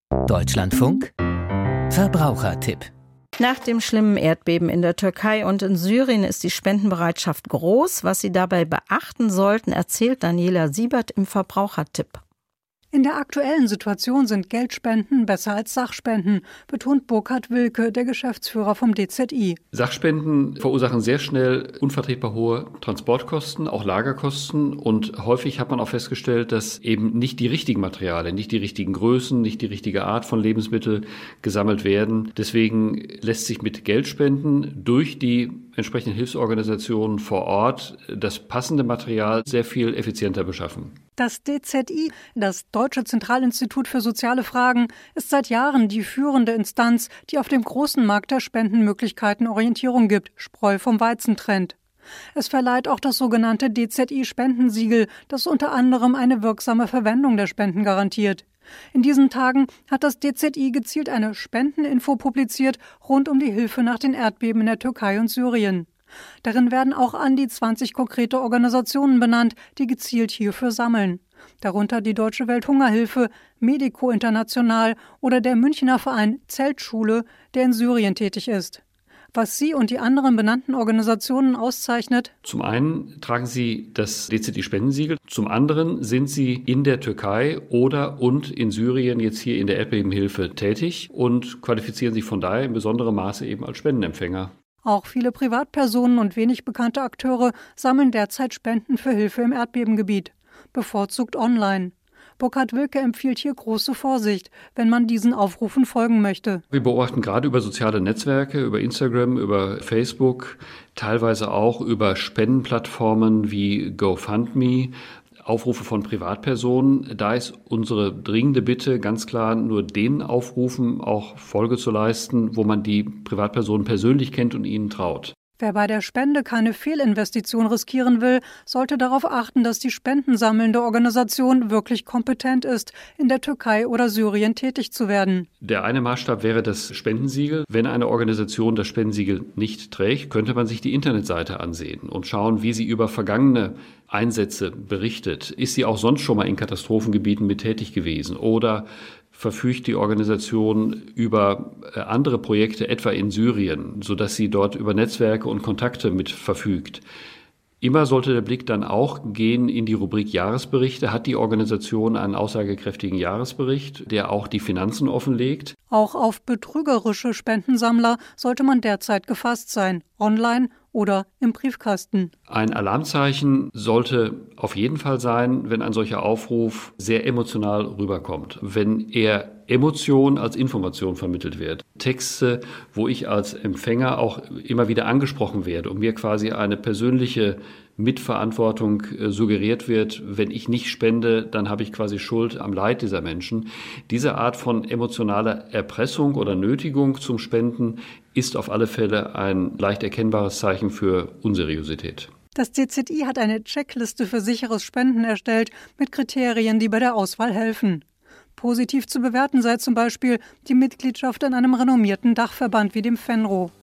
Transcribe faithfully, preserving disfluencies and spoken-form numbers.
Deutschlandfunk Verbrauchertipp. Nach dem schlimmen Erdbeben in der Türkei und in Syrien ist die Spendenbereitschaft groß. Was Sie dabei beachten sollten, erzählt Daniela Siebert im Verbrauchertipp. In der aktuellen Situation sind Geldspenden besser als Sachspenden, betont Burkhard Wilke, der Geschäftsführer vom D Z I. Sachspenden verursachen sehr schnell unvertretbar hohe Transportkosten, auch Lagerkosten. Und häufig hat man auch festgestellt, dass eben nicht die richtigen Materialien, nicht die richtigen Größen, nicht die richtige Art von Lebensmitteln gesammelt werden. Deswegen lässt sich mit Geldspenden durch die entsprechenden Hilfsorganisationen vor Ort das passende Material sehr viel effizienter beschaffen. Das D Z I, das Deutsche Zentralinstitut für soziale Fragen, ist seit Jahren die führende Instanz, die auf dem großen Markt der Spendenmöglichkeiten Orientierung gibt, Spreu vom Weizen trennt. Es verleiht auch das sogenannte D Z I-Spendensiegel, das unter anderem eine wirksame Verwendung der Spenden garantiert. In diesen Tagen hat das D Z I gezielt eine Spendeninfo publiziert rund um die Hilfe nach den Erdbeben in der Türkei und Syrien. Darin werden auch an die zwanzig konkrete Organisationen benannt, die gezielt hierfür sammeln. Darunter die Deutsche Welthungerhilfe, Medico International oder der Münchner Verein Zeltschule, der in Syrien tätig ist. Was sie und die anderen benannten Organisationen auszeichnet: Zum einen tragen sie das D Z I-Spendensiegel, zum anderen sind sie in der Türkei oder und in Syrien jetzt hier in der Erdbebenhilfe tätig und qualifizieren sich von daher in besonderem Maße eben als Spendenempfänger. Auch viele Privatpersonen und wenig bekannte Akteure sammeln derzeit Spenden für Hilfe im Erdbebengebiet, bevorzugt online. Burkhard Wilke empfiehlt hier große Vorsicht, wenn man diesen Aufrufen folgen möchte. Wir beobachten gerade über soziale Netzwerke, über Instagram, über Facebook, teilweise auch über Spendenplattformen wie GoFundMe, Aufrufe von Privatpersonen. Da ist unsere dringende Bitte ganz klar, nur den Aufrufen auch Folge zu leisten, wo man die Privatpersonen persönlich kennt und ihnen traut. Wer bei der Spende keine Fehlinvestition riskieren will, sollte darauf achten, dass die spendensammelnde Organisation wirklich kompetent ist, in der Türkei oder Syrien tätig zu werden. Der eine Maßstab wäre das Spendensiegel. Wenn eine Organisation das Spendensiegel nicht trägt, könnte man sich die Internetseite ansehen und schauen, wie sie über vergangene Einsätze berichtet. Ist sie auch sonst schon mal in Katastrophengebieten mit tätig gewesen oder verfügt die Organisation über andere Projekte, etwa in Syrien, sodass sie dort über Netzwerke und Kontakte mit verfügt. Immer sollte der Blick dann auch gehen in die Rubrik Jahresberichte. Hat die Organisation einen aussagekräftigen Jahresbericht, der auch die Finanzen offenlegt? Auch auf betrügerische Spendensammler sollte man derzeit gefasst sein, online oder im Briefkasten. Ein Alarmzeichen sollte auf jeden Fall sein, wenn ein solcher Aufruf sehr emotional rüberkommt, wenn er Emotion als Information vermittelt wird. Texte, wo ich als Empfänger auch immer wieder angesprochen werde und mir quasi eine persönliche Mitverantwortung äh, suggeriert wird, wenn ich nicht spende, dann habe ich quasi Schuld am Leid dieser Menschen. Diese Art von emotionaler Erpressung oder Nötigung zum Spenden ist auf alle Fälle ein leicht erkennbares Zeichen für Unseriosität. Das D Z I hat eine Checkliste für sicheres Spenden erstellt mit Kriterien, die bei der Auswahl helfen. Positiv zu bewerten sei zum Beispiel die Mitgliedschaft in einem renommierten Dachverband wie dem Fenro.